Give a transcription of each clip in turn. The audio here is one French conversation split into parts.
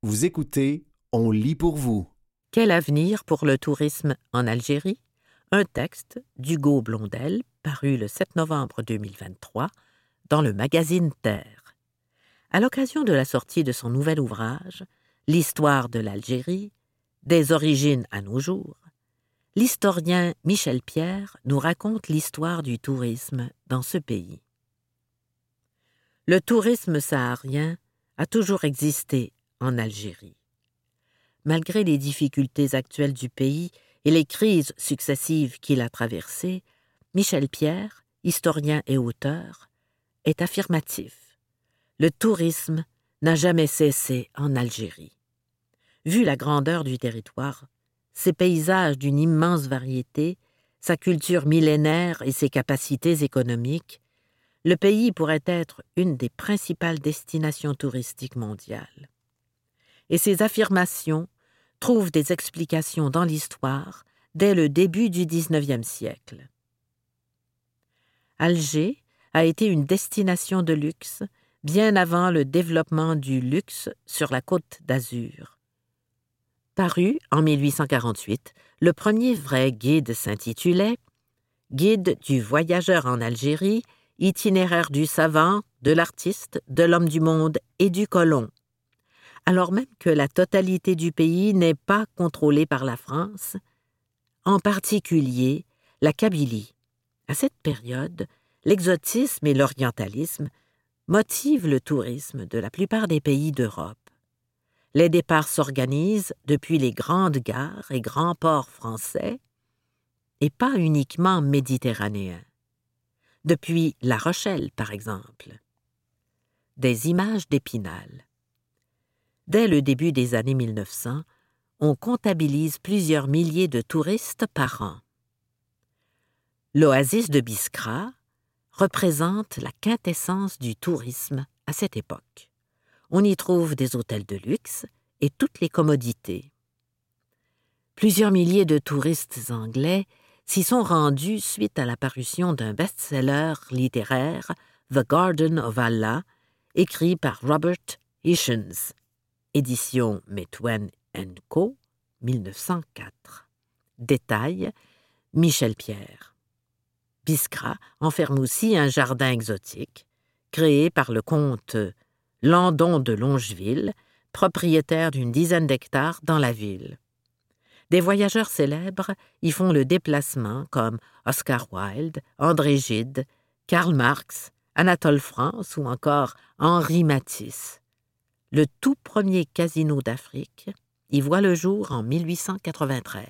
Vous écoutez, on lit pour vous. Quel avenir pour le tourisme en Algérie? Un texte d'Hugo Blondel, paru le 7 novembre 2023 dans le magazine Terre. À l'occasion de la sortie de son nouvel ouvrage, L'histoire de l'Algérie, des origines à nos jours, l'historien Michel Pierre nous raconte l'histoire du tourisme dans ce pays. Le tourisme saharien a toujours existé en Algérie. Malgré les difficultés actuelles du pays et les crises successives qu'il a traversées, Michel Pierre, historien et auteur, est affirmatif. Le tourisme n'a jamais cessé en Algérie. Vu la grandeur du territoire, ses paysages d'une immense variété, sa culture millénaire et ses capacités économiques, le pays pourrait être une des principales destinations touristiques mondiales. Et ces affirmations trouvent des explications dans l'histoire dès le début du XIXe siècle. Alger a été une destination de luxe bien avant le développement du luxe sur la Côte d'Azur. Paru en 1848, le premier vrai guide s'intitulait « Guide du voyageur en Algérie, itinéraire du savant, de l'artiste, de l'homme du monde et du colon ». Alors même que la totalité du pays n'est pas contrôlée par la France, en particulier la Kabylie. À cette période, l'exotisme et l'orientalisme motivent le tourisme de la plupart des pays d'Europe. Les départs s'organisent depuis les grandes gares et grands ports français, et pas uniquement méditerranéens. Depuis La Rochelle, par exemple. Des images d'Épinal. Dès le début des années 1900, on comptabilise plusieurs milliers de touristes par an. L'oasis de Biskra représente la quintessence du tourisme à cette époque. On y trouve des hôtels de luxe et toutes les commodités. Plusieurs milliers de touristes anglais s'y sont rendus suite à la parution d'un best-seller littéraire, The Garden of Allah, écrit par Robert Hichens. Édition Methuen & Co., 1904. Détail, Michel Pierre. Biskra enferme aussi un jardin exotique, créé par le comte Landon de Longeville, propriétaire d'une dizaine d'hectares dans la ville. Des voyageurs célèbres y font le déplacement comme Oscar Wilde, André Gide, Karl Marx, Anatole France ou encore Henri Matisse. Le tout premier casino d'Afrique y voit le jour en 1893.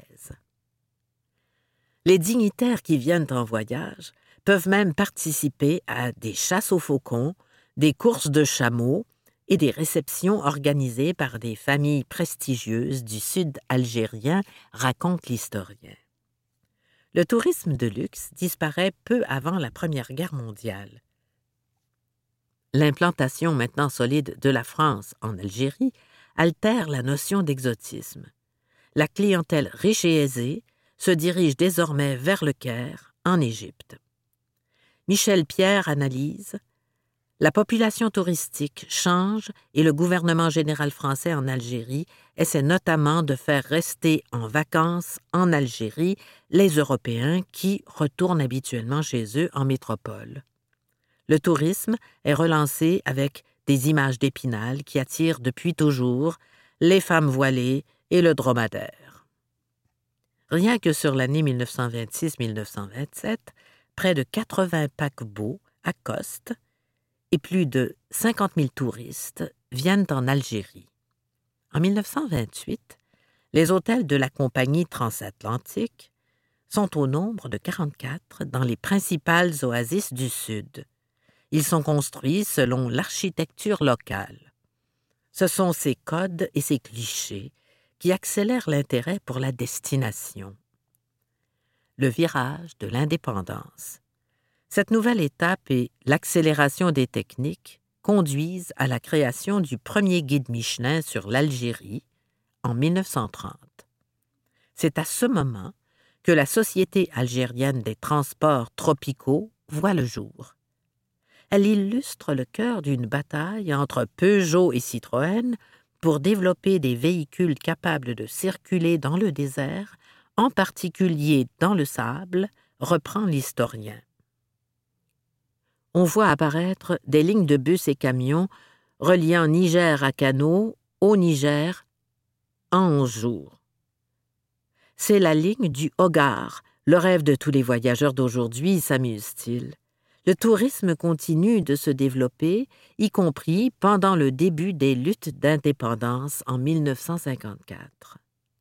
Les dignitaires qui viennent en voyage peuvent même participer à des chasses aux faucons, des courses de chameaux et des réceptions organisées par des familles prestigieuses du sud algérien, raconte l'historien. Le tourisme de luxe disparaît peu avant la Première Guerre mondiale. L'implantation maintenant solide de la France en Algérie altère la notion d'exotisme. La clientèle riche et aisée se dirige désormais vers le Caire, en Égypte. Michel Pierre analyse « La population touristique change et le gouvernement général français en Algérie essaie notamment de faire rester en vacances en Algérie les Européens qui retournent habituellement chez eux en métropole. Le tourisme est relancé avec des images d'Épinal qui attirent depuis toujours les femmes voilées et le dromadaire. Rien que sur l'année 1926-1927, près de 80 paquebots accostent et plus de 50 000 touristes viennent en Algérie. En 1928, les hôtels de la compagnie transatlantique sont au nombre de 44 dans les principales oasis du Sud. Ils sont construits selon l'architecture locale. Ce sont ces codes et ces clichés qui accélèrent l'intérêt pour la destination. Le virage de l'indépendance. Cette nouvelle étape et l'accélération des techniques conduisent à la création du premier guide Michelin sur l'Algérie en 1930. C'est à ce moment que la Société algérienne des transports tropicaux voit le jour. Elle illustre le cœur d'une bataille entre Peugeot et Citroën pour développer des véhicules capables de circuler dans le désert, en particulier dans le sable, reprend l'historien. On voit apparaître des lignes de bus et camions reliant Niger à Kano au Niger en 11 jours. C'est la ligne du Hogar, le rêve de tous les voyageurs d'aujourd'hui, s'amuse-t-il. Le tourisme continue de se développer, y compris pendant le début des luttes d'indépendance en 1954.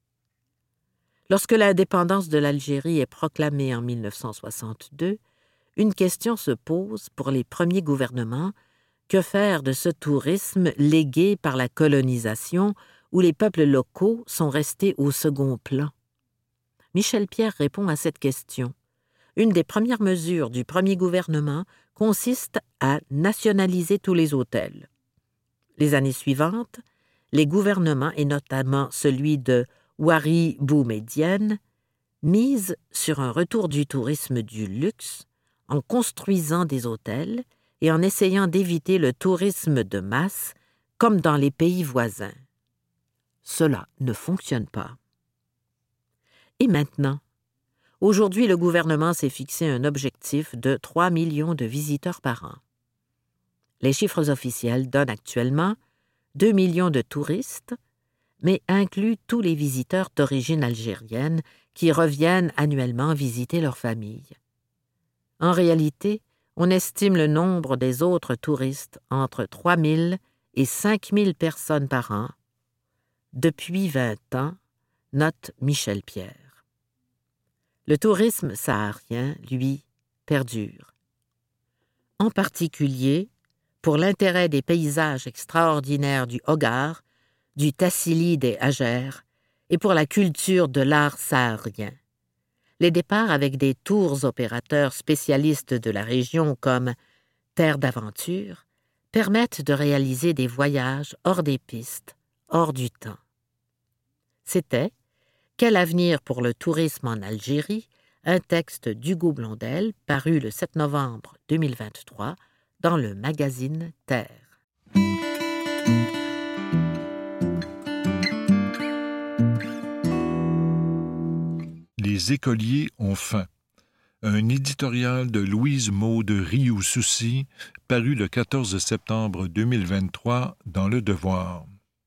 Lorsque l'indépendance de l'Algérie est proclamée en 1962, une question se pose pour les premiers gouvernements: que faire de ce tourisme légué par la colonisation où les peuples locaux sont restés au second plan? Michel Pierre répond à cette question. Une des premières mesures du premier gouvernement consiste à nationaliser tous les hôtels. Les années suivantes, les gouvernements, et notamment celui de Houari Boumedienne, misent sur un retour du tourisme du luxe en construisant des hôtels et en essayant d'éviter le tourisme de masse comme dans les pays voisins. Cela ne fonctionne pas. Et maintenant? Aujourd'hui, le gouvernement s'est fixé un objectif de 3 millions de visiteurs par an. Les chiffres officiels donnent actuellement 2 millions de touristes, mais incluent tous les visiteurs d'origine algérienne qui reviennent annuellement visiter leur famille. En réalité, on estime le nombre des autres touristes entre 3 000 et 5 000 personnes par an. Depuis 20 ans, note Michel Pierre. Le tourisme saharien, lui, perdure. En particulier, pour l'intérêt des paysages extraordinaires du Hogar, du Tassili des Hagères et pour la culture de l'art saharien. Les départs avec des tours opérateurs spécialistes de la région comme Terre d'aventure permettent de réaliser des voyages hors des pistes, hors du temps. C'était « Quel avenir pour le tourisme en Algérie ?» un texte d'Hugo Blondel paru le 7 novembre 2023 dans le magazine Terre. Les écoliers ont faim. Un éditorial de Louise Maude Rioux-Soucy, paru le 14 septembre 2023 dans Le Devoir.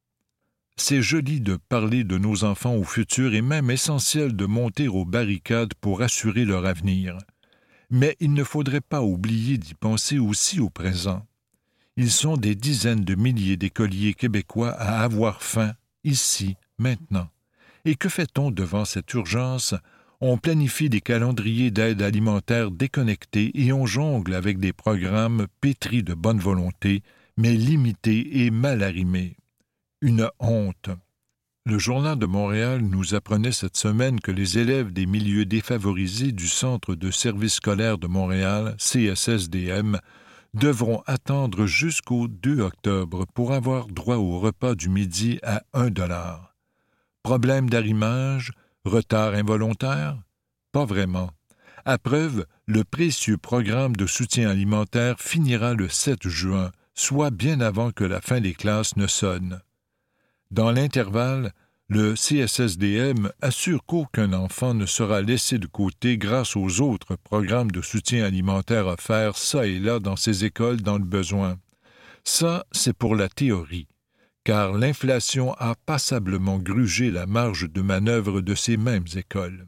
C'est joli de parler de nos enfants au futur et même essentiel de monter aux barricades pour assurer leur avenir. Mais il ne faudrait pas oublier d'y penser aussi au présent. Ils sont des dizaines de milliers d'écoliers québécois à avoir faim, ici, maintenant. Et que fait-on devant cette urgence? On planifie des calendriers d'aide alimentaire déconnectés et on jongle avec des programmes pétris de bonne volonté, mais limités et mal arrimés. Une honte. Le Journal de Montréal nous apprenait cette semaine que les élèves des milieux défavorisés du Centre de services scolaires de Montréal, CSSDM, devront attendre jusqu'au 2 octobre pour avoir droit au repas du midi à 1 $. Problème d'arrimage? Retard involontaire? Pas vraiment. À preuve, le précieux programme de soutien alimentaire finira le 7 juin, soit bien avant que la fin des classes ne sonne. Dans l'intervalle, le CSSDM assure qu'aucun enfant ne sera laissé de côté grâce aux autres programmes de soutien alimentaire offerts ça et là dans ces écoles dans le besoin. Ça, c'est pour la théorie, car l'inflation a passablement grugé la marge de manœuvre de ces mêmes écoles.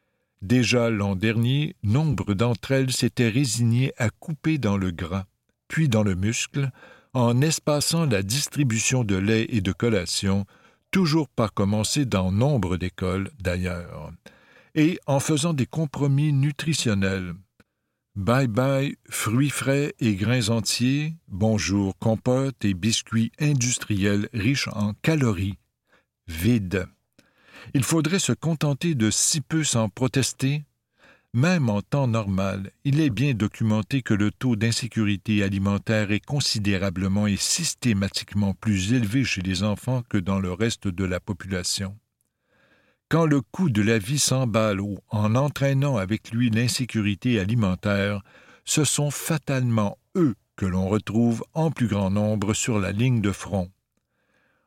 Déjà l'an dernier, nombre d'entre elles s'étaient résignées à couper dans le gras, puis dans le muscle, en espaçant la distribution de lait et de collations, toujours pas commencée dans nombre d'écoles d'ailleurs, et en faisant des compromis nutritionnels. Bye-bye, fruits frais et grains entiers, bonjour, compotes et biscuits industriels riches en calories. Vide. Il faudrait se contenter de si peu sans protester. Même en temps normal, il est bien documenté que le taux d'insécurité alimentaire est considérablement et systématiquement plus élevé chez les enfants que dans le reste de la population. Quand le coût de la vie s'emballe en entraînant avec lui l'insécurité alimentaire, ce sont fatalement eux que l'on retrouve en plus grand nombre sur la ligne de front.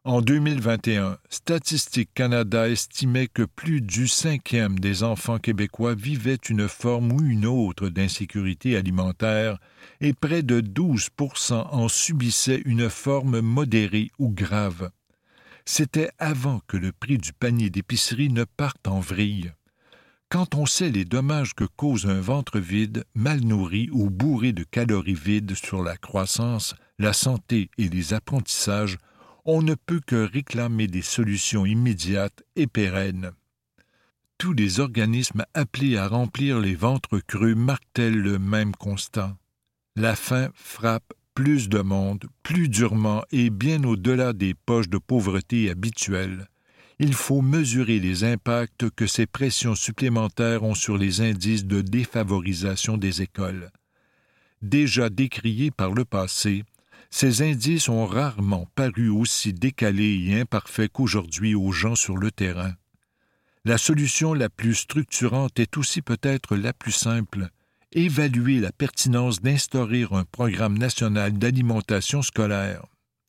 En 2021, Statistique Canada estimait que plus du 5e des enfants québécois vivaient une forme ou une autre d'insécurité alimentaire et près de 12% en subissaient une forme modérée ou grave. C'était avant que le prix du panier d'épicerie ne parte en vrille. Quand on sait les dommages que cause un ventre vide, mal nourri ou bourré de calories vides sur la croissance, la santé et les apprentissages, on ne peut que réclamer des solutions immédiates et pérennes. Tous les organismes appelés à remplir les ventres creux martèlent le même constat. La faim frappe plus de monde, plus durement et bien au-delà des poches de pauvreté habituelles. Il faut mesurer les impacts que ces pressions supplémentaires ont sur les indices de défavorisation des écoles. Déjà décriés par le passé, ces indices ont rarement paru aussi décalés et imparfaits qu'aujourd'hui aux gens sur le terrain. La solution la plus structurante est aussi peut-être la plus simple: évaluer la pertinence d'instaurer un programme national d'alimentation scolaire.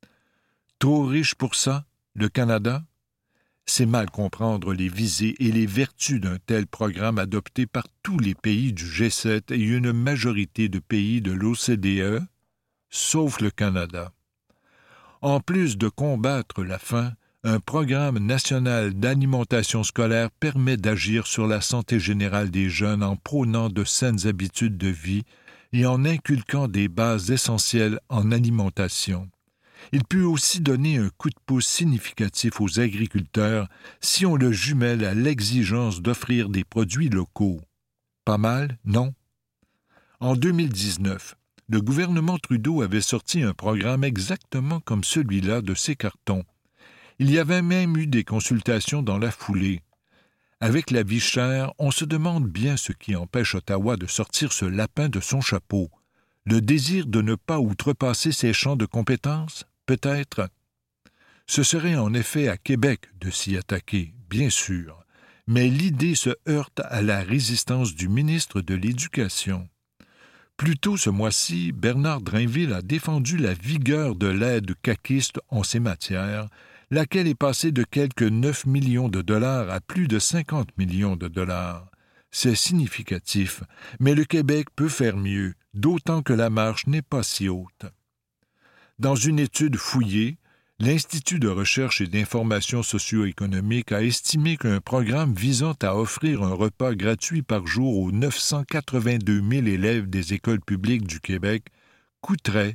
Trop riche pour ça, le Canada? C'est mal comprendre les visées et les vertus d'un tel programme adopté par tous les pays du G7 et une majorité de pays de l'OCDE, sauf le Canada. En plus de combattre la faim, un programme national d'alimentation scolaire permet d'agir sur la santé générale des jeunes en prônant de saines habitudes de vie et en inculquant des bases essentielles en alimentation. Il peut aussi donner un coup de pouce significatif aux agriculteurs si on le jumelle à l'exigence d'offrir des produits locaux. Pas mal, non? En 2019, le gouvernement Trudeau avait sorti un programme exactement comme celui-là de ses cartons. Il y avait même eu des consultations dans la foulée. Avec la vie chère, on se demande bien ce qui empêche Ottawa de sortir ce lapin de son chapeau. Le désir de ne pas outrepasser ses champs de compétences? Peut-être. Ce serait en effet à Québec de s'y attaquer, bien sûr, mais l'idée se heurte à la résistance du ministre de l'Éducation. Plus tôt ce mois-ci, Bernard Drainville a défendu la vigueur de l'aide caquiste en ces matières, laquelle est passée de quelques 9 millions de dollars à plus de 50 millions de dollars. C'est significatif, mais le Québec peut faire mieux, d'autant que la marche n'est pas si haute. Dans une étude fouillée, l'Institut de recherche et d'information socio-économique a estimé qu'un programme visant à offrir un repas gratuit par jour aux 982 000 élèves des écoles publiques du Québec coûterait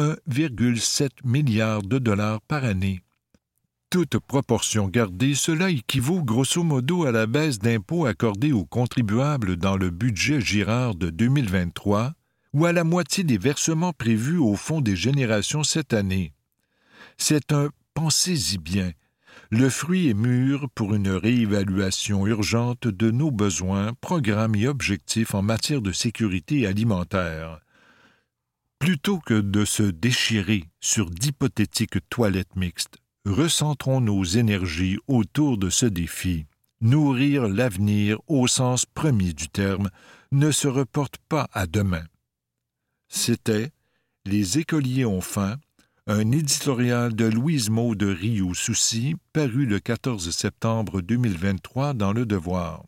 1,7 milliard de dollars par année. Toute proportion gardée, cela équivaut grosso modo à la baisse d'impôts accordée aux contribuables dans le budget Girard de 2023 ou à la moitié des versements prévus au Fonds des générations cette année. C'est un « pensez-y bien ». Le fruit est mûr pour une réévaluation urgente de nos besoins, programmes et objectifs en matière de sécurité alimentaire. Plutôt que de se déchirer sur d'hypothétiques toilettes mixtes, recentrons nos énergies autour de ce défi. Nourrir l'avenir au sens premier du terme ne se reporte pas à demain. C'était « Les écoliers ont faim », un éditorial de Louise Maud Rioux-Soucy, paru le 14 septembre 2023 dans Le Devoir.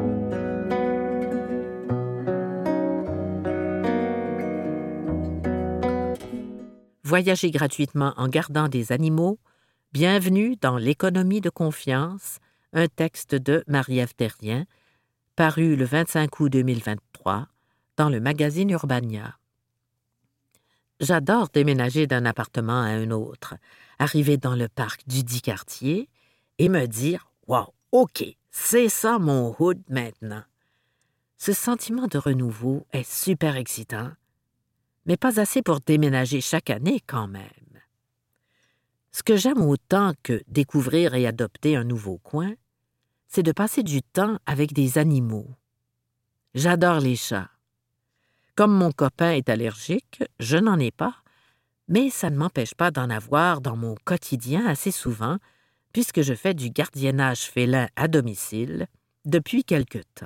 Voyager gratuitement en gardant des animaux, bienvenue dans l'économie de confiance, un texte de Marie-Ève Terrien, paru le 25 août 2023 dans le magazine Urbania. J'adore déménager d'un appartement à un autre, arriver dans le parc du dit quartier et me dire « Wow, OK, c'est ça mon hood maintenant ». Ce sentiment de renouveau est super excitant, mais pas assez pour déménager chaque année quand même. Ce que j'aime autant que découvrir et adopter un nouveau coin, c'est de passer du temps avec des animaux. J'adore les chats. Comme mon copain est allergique, je n'en ai pas, mais ça ne m'empêche pas d'en avoir dans mon quotidien assez souvent, puisque je fais du gardiennage félin à domicile depuis quelque temps.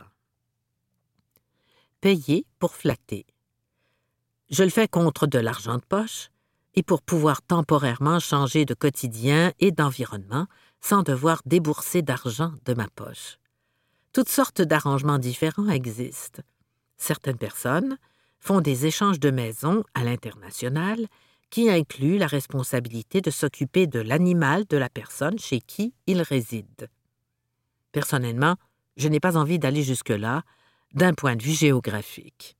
Payer pour flatter. Je le fais contre de l'argent de poche, et pour pouvoir temporairement changer de quotidien et d'environnement sans devoir débourser d'argent de ma poche. Toutes sortes d'arrangements différents existent. Certaines personnes font des échanges de maisons à l'international qui incluent la responsabilité de s'occuper de l'animal de la personne chez qui ils résident. Personnellement, je n'ai pas envie d'aller jusque-là d'un point de vue géographique.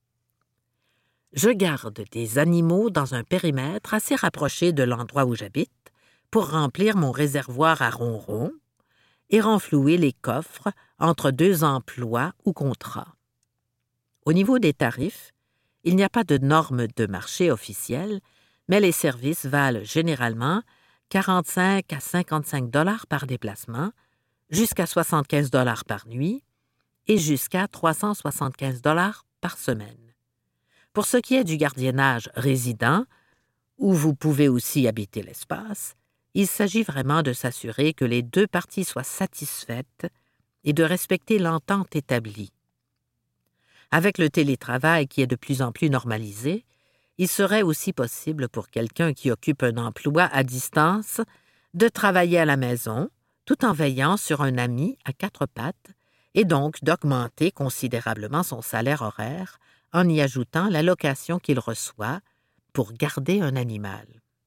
Je garde des animaux dans un périmètre assez rapproché de l'endroit où j'habite pour remplir mon réservoir à ronron et renflouer les coffres entre 2 emplois ou contrats. Au niveau des tarifs, il n'y a pas de normes de marché officielles, mais les services valent généralement 45 à 55 $ par déplacement, jusqu'à 75 $ par nuit et jusqu'à 375 $ par semaine. Pour ce qui est du gardiennage résident, où vous pouvez aussi habiter l'espace, il s'agit vraiment de s'assurer que les 2 parties soient satisfaites et de respecter l'entente établie. Avec le télétravail qui est de plus en plus normalisé, il serait aussi possible pour quelqu'un qui occupe un emploi à distance de travailler à la maison tout en veillant sur un ami à 4 pattes et donc d'augmenter considérablement son salaire horaire en y ajoutant l'allocation qu'il reçoit pour garder un animal.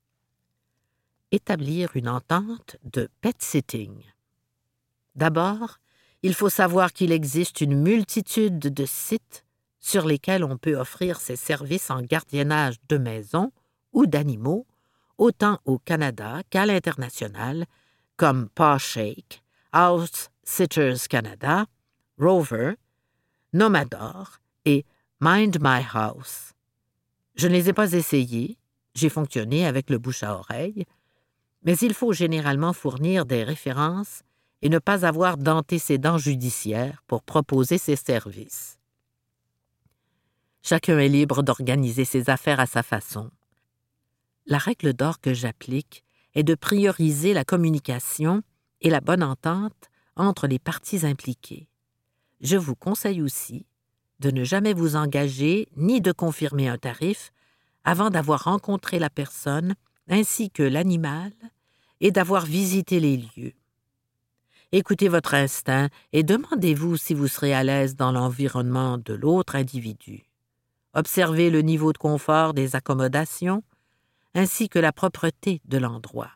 Établir une entente de pet-sitting. D'abord, il faut savoir qu'il existe une multitude de sites sur lesquels on peut offrir ces services en gardiennage de maison ou d'animaux, autant au Canada qu'à l'international, comme Pawshake, House Sitters Canada, Rover, Nomador et Mind My House. Je ne les ai pas essayés, j'ai fonctionné avec le bouche à oreille, mais il faut généralement fournir des références et ne pas avoir d'antécédents judiciaires pour proposer ces services. Chacun est libre d'organiser ses affaires à sa façon. La règle d'or que j'applique est de prioriser la communication et la bonne entente entre les parties impliquées. Je vous conseille aussi de ne jamais vous engager ni de confirmer un tarif avant d'avoir rencontré la personne ainsi que l'animal et d'avoir visité les lieux. Écoutez votre instinct et demandez-vous si vous serez à l'aise dans l'environnement de l'autre individu. Observez le niveau de confort des accommodations ainsi que la propreté de l'endroit.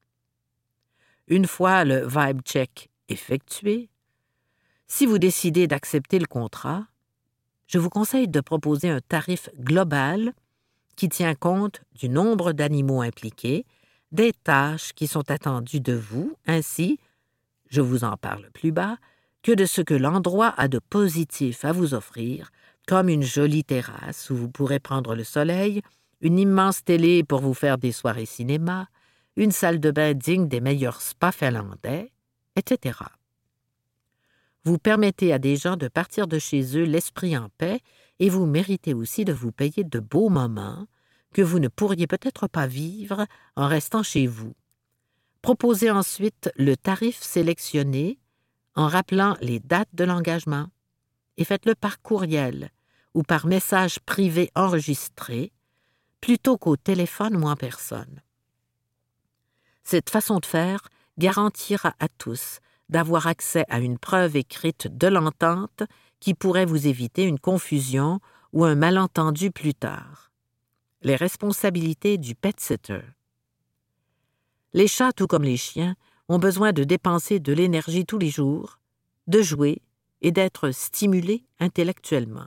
Une fois le vibe check effectué, si vous décidez d'accepter le contrat, je vous conseille de proposer un tarif global qui tient compte du nombre d'animaux impliqués, des tâches qui sont attendues de vous, ainsi, je vous en parle plus bas, que de ce que l'endroit a de positif à vous offrir, comme une jolie terrasse où vous pourrez prendre le soleil, une immense télé pour vous faire des soirées cinéma, une salle de bain digne des meilleurs spas finlandais, etc. Vous permettez à des gens de partir de chez eux l'esprit en paix et vous méritez aussi de vous payer de beaux moments que vous ne pourriez peut-être pas vivre en restant chez vous. Proposez ensuite le tarif sélectionné en rappelant les dates de l'engagement et faites-le par courriel ou par message privé enregistré plutôt qu'au téléphone ou en personne. Cette façon de faire garantira à tous d'avoir accès à une preuve écrite de l'entente qui pourrait vous éviter une confusion ou un malentendu plus tard. Les responsabilités du pet-sitter. Les chats, tout comme les chiens, ont besoin de dépenser de l'énergie tous les jours, de jouer et d'être stimulés intellectuellement.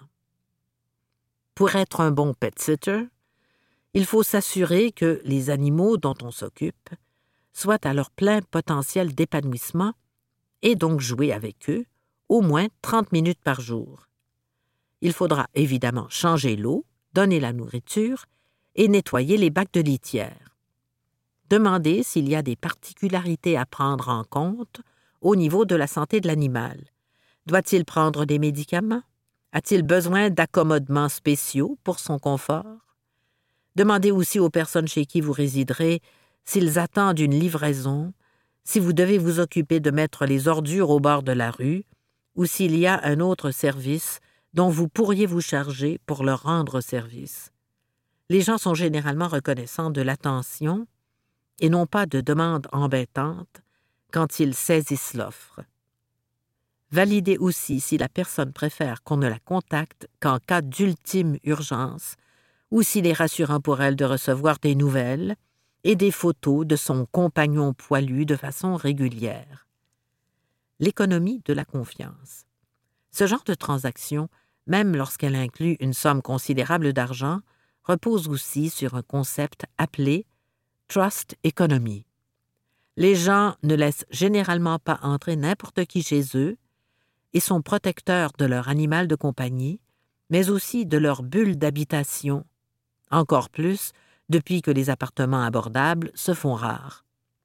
Pour être un bon pet-sitter, il faut s'assurer que les animaux dont on s'occupe soient à leur plein potentiel d'épanouissement et donc jouer avec eux au moins 30 minutes par jour. Il faudra évidemment changer l'eau, donner la nourriture et nettoyer les bacs de litière. Demandez s'il y a des particularités à prendre en compte au niveau de la santé de l'animal. Doit-il prendre des médicaments? A-t-il besoin d'accommodements spéciaux pour son confort? Demandez aussi aux personnes chez qui vous résiderez s'ils attendent une livraison, si vous devez vous occuper de mettre les ordures au bord de la rue ou s'il y a un autre service dont vous pourriez vous charger pour leur rendre service. Les gens sont généralement reconnaissants de l'attention et non pas de demandes embêtantes quand ils saisissent l'offre. Validez aussi si la personne préfère qu'on ne la contacte qu'en cas d'ultime urgence ou s'il est rassurant pour elle de recevoir des nouvelles et des photos de son compagnon poilu de façon régulière. L'économie de la confiance. Ce genre de transaction, même lorsqu'elle inclut une somme considérable d'argent, repose aussi sur un concept appelé « trust economy ». Les gens ne laissent généralement pas entrer n'importe qui chez eux et sont protecteurs de leur animal de compagnie, mais aussi de leur bulle d'habitation, encore plus depuis que les appartements abordables se font rares.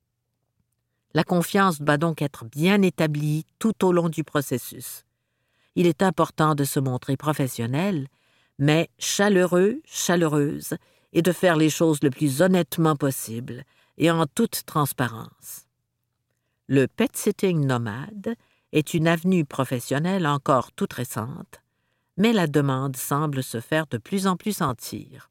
La confiance doit donc être bien établie tout au long du processus. Il est important de se montrer professionnel, mais chaleureux, chaleureuse, et de faire les choses le plus honnêtement possible et en toute transparence. Le pet-sitting nomade est une avenue professionnelle encore toute récente, mais la demande semble se faire de plus en plus sentir.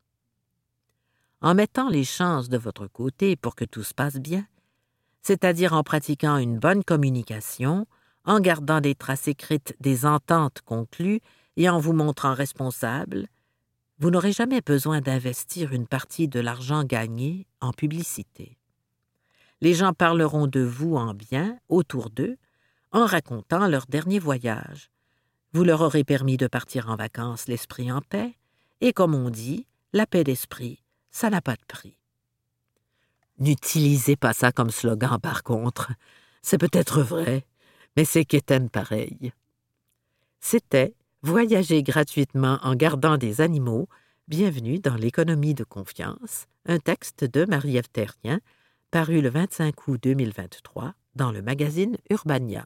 En mettant les chances de votre côté pour que tout se passe bien, c'est-à-dire en pratiquant une bonne communication, en gardant des traces écrites des ententes conclues et en vous montrant responsable, vous n'aurez jamais besoin d'investir une partie de l'argent gagné en publicité. Les gens parleront de vous en bien autour d'eux en racontant leur dernier voyage. Vous leur aurez permis de partir en vacances l'esprit en paix, et comme on dit, la paix d'esprit, ça n'a pas de prix. N'utilisez pas ça comme slogan, par contre. C'est peut-être vrai, mais c'est quétaine pareil. C'était « Voyager gratuitement en gardant des animaux ». Bienvenue dans l'économie de confiance, un texte de Marie-Ève Thérien, paru le 25 août 2023 dans le magazine Urbania.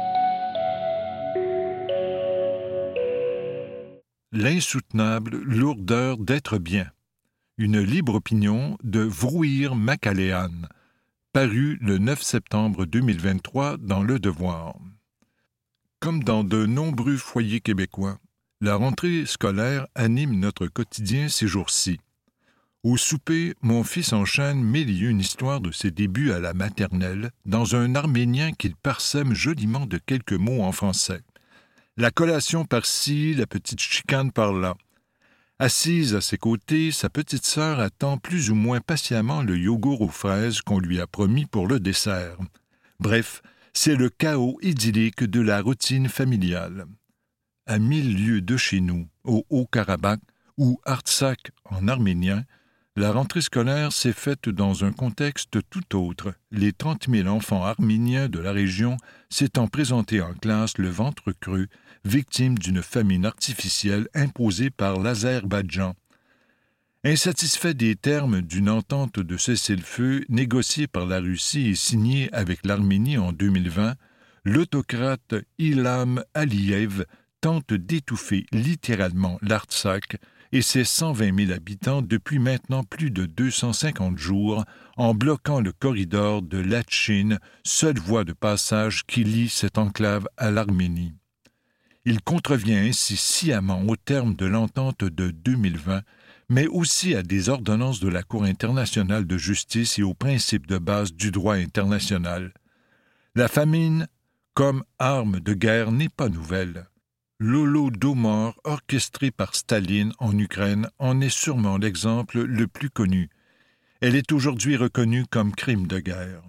L'insoutenable lourdeur d'être bien. Une libre opinion de Vrouir Macalean, paru le 9 septembre 2023 dans Le Devoir. Comme dans de nombreux foyers québécois, la rentrée scolaire anime notre quotidien ces jours-ci. Au souper, mon fils enchaîne mille et une histoires de ses débuts à la maternelle dans un arménien qu'il parsème joliment de quelques mots en français. La collation par-ci, la petite chicane par-là. Assise à ses côtés, sa petite sœur attend plus ou moins patiemment le yogourt aux fraises qu'on lui a promis pour le dessert. Bref, c'est le chaos idyllique de la routine familiale. À 1000 lieues de chez nous, au Haut-Karabakh, ou Artsakh en arménien, la rentrée scolaire s'est faite dans un contexte tout autre, les 30 000 enfants arméniens de la région s'étant présentés en classe le ventre creux, victimes d'une famine artificielle imposée par l'Azerbaïdjan. Insatisfait des termes d'une entente de cessez-le-feu négociée par la Russie et signée avec l'Arménie en 2020, l'autocrate Ilham Aliyev tente d'étouffer littéralement l'Artsakh et ses 120 000 habitants depuis maintenant plus de 250 jours en bloquant le corridor de Latchine, seule voie de passage qui lie cette enclave à l'Arménie. Il contrevient ainsi sciemment aux termes de l'entente de 2020, mais aussi à des ordonnances de la Cour internationale de justice et aux principes de base du droit international. La famine, comme arme de guerre, n'est pas nouvelle. L'Holodomor, orchestré par Staline en Ukraine, en est sûrement l'exemple le plus connu. Elle est aujourd'hui reconnue comme crime de guerre.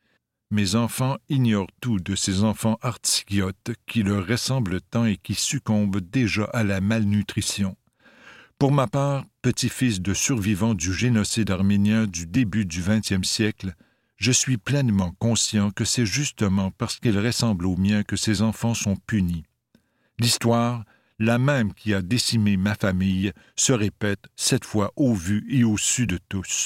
Mes enfants ignorent tout de ces enfants artsigiotes qui leur ressemblent tant et qui succombent déjà à la malnutrition. Pour ma part, petit-fils de survivants du génocide arménien du début du XXe siècle, je suis pleinement conscient que c'est justement parce qu'ils ressemblent aux miens que ces enfants sont punis. L'histoire, la même qui a décimé ma famille, se répète cette fois au vu et au su de tous.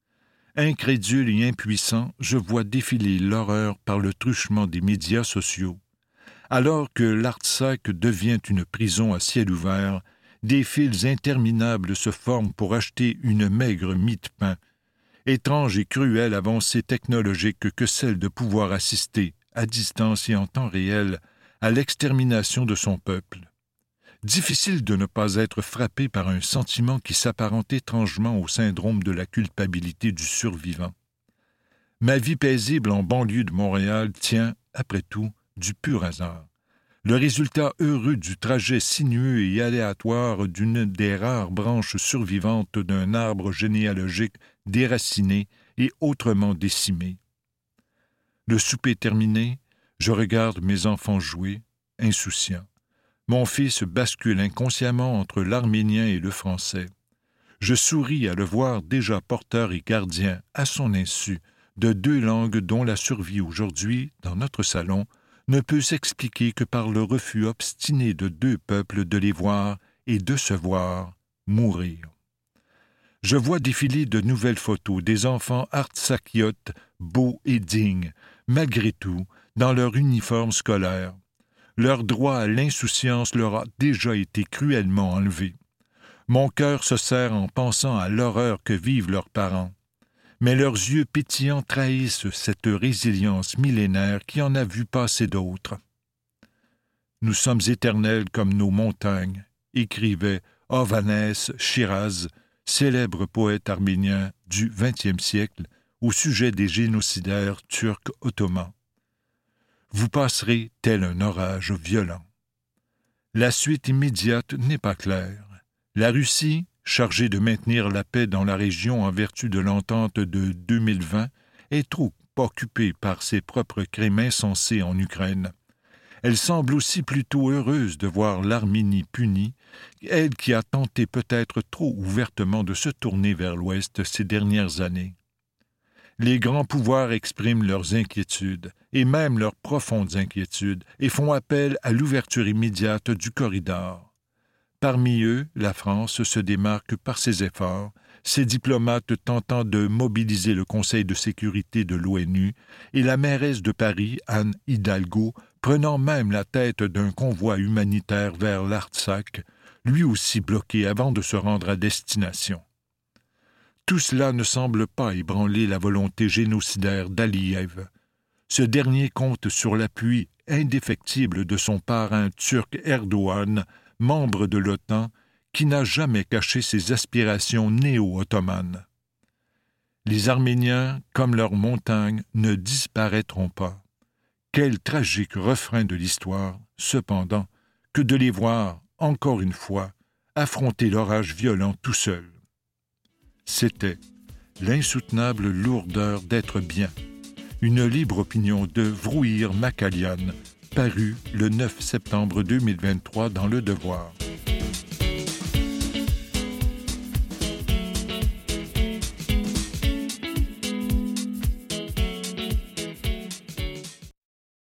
Incrédule et impuissant, je vois défiler l'horreur par le truchement des médias sociaux. Alors que l'Artsakh devient une prison à ciel ouvert, des files interminables se forment pour acheter une maigre mie de pain. Étrange et cruelle avancée technologique que celle de pouvoir assister, à distance et en temps réel, à l'extermination de son peuple. Difficile de ne pas être frappé par un sentiment qui s'apparente étrangement au syndrome de la culpabilité du survivant. Ma vie paisible en banlieue de Montréal tient, après tout, du pur hasard. Le résultat heureux du trajet sinueux et aléatoire d'une des rares branches survivantes d'un arbre généalogique déraciné et autrement décimé. Le souper terminé, je regarde mes enfants jouer, insouciants. Mon fils bascule inconsciemment entre l'arménien et le français. Je souris à le voir déjà porteur et gardien, à son insu, de deux langues dont la survie aujourd'hui, dans notre salon, ne peut s'expliquer que par le refus obstiné de deux peuples de les voir et de se voir mourir. Je vois défiler de nouvelles photos des enfants artsakiotes, beaux et dignes, malgré tout, dans leur uniforme scolaire. Leur droit à l'insouciance leur a déjà été cruellement enlevé. Mon cœur se serre en pensant à l'horreur que vivent leurs parents. Mais leurs yeux pétillants trahissent cette résilience millénaire qui en a vu passer d'autres. « Nous sommes éternels comme nos montagnes », écrivait Hovhannes Shiraz, célèbre poète arménien du XXe siècle, au sujet des génocidaires turcs ottomans. Vous passerez tel un orage violent. La suite immédiate n'est pas claire. La Russie, chargée de maintenir la paix dans la région en vertu de l'entente de 2020, est trop occupée par ses propres crimes insensés en Ukraine. Elle semble aussi plutôt heureuse de voir l'Arménie punie, elle qui a tenté peut-être trop ouvertement de se tourner vers l'Ouest ces dernières années. Les grands pouvoirs expriment leurs inquiétudes, et même leurs profondes inquiétudes, et font appel à l'ouverture immédiate du corridor. Parmi eux, la France se démarque par ses efforts, ses diplomates tentant de mobiliser le Conseil de sécurité de l'ONU, et la mairesse de Paris, Anne Hidalgo, prenant même la tête d'un convoi humanitaire vers l'Artsakh, lui aussi bloqué avant de se rendre à destination. Tout cela ne semble pas ébranler la volonté génocidaire d'Aliyev. Ce dernier compte sur l'appui indéfectible de son parrain turc Erdogan, membre de l'OTAN, qui n'a jamais caché ses aspirations néo-ottomanes. Les Arméniens, comme leurs montagnes, ne disparaîtront pas. Quel tragique refrain de l'histoire, cependant, que de les voir, encore une fois, affronter l'orage violent tout seuls. C'était l'insoutenable lourdeur d'être bien. Une libre opinion de Vrouhir Makalian, paru le 9 septembre 2023 dans Le Devoir.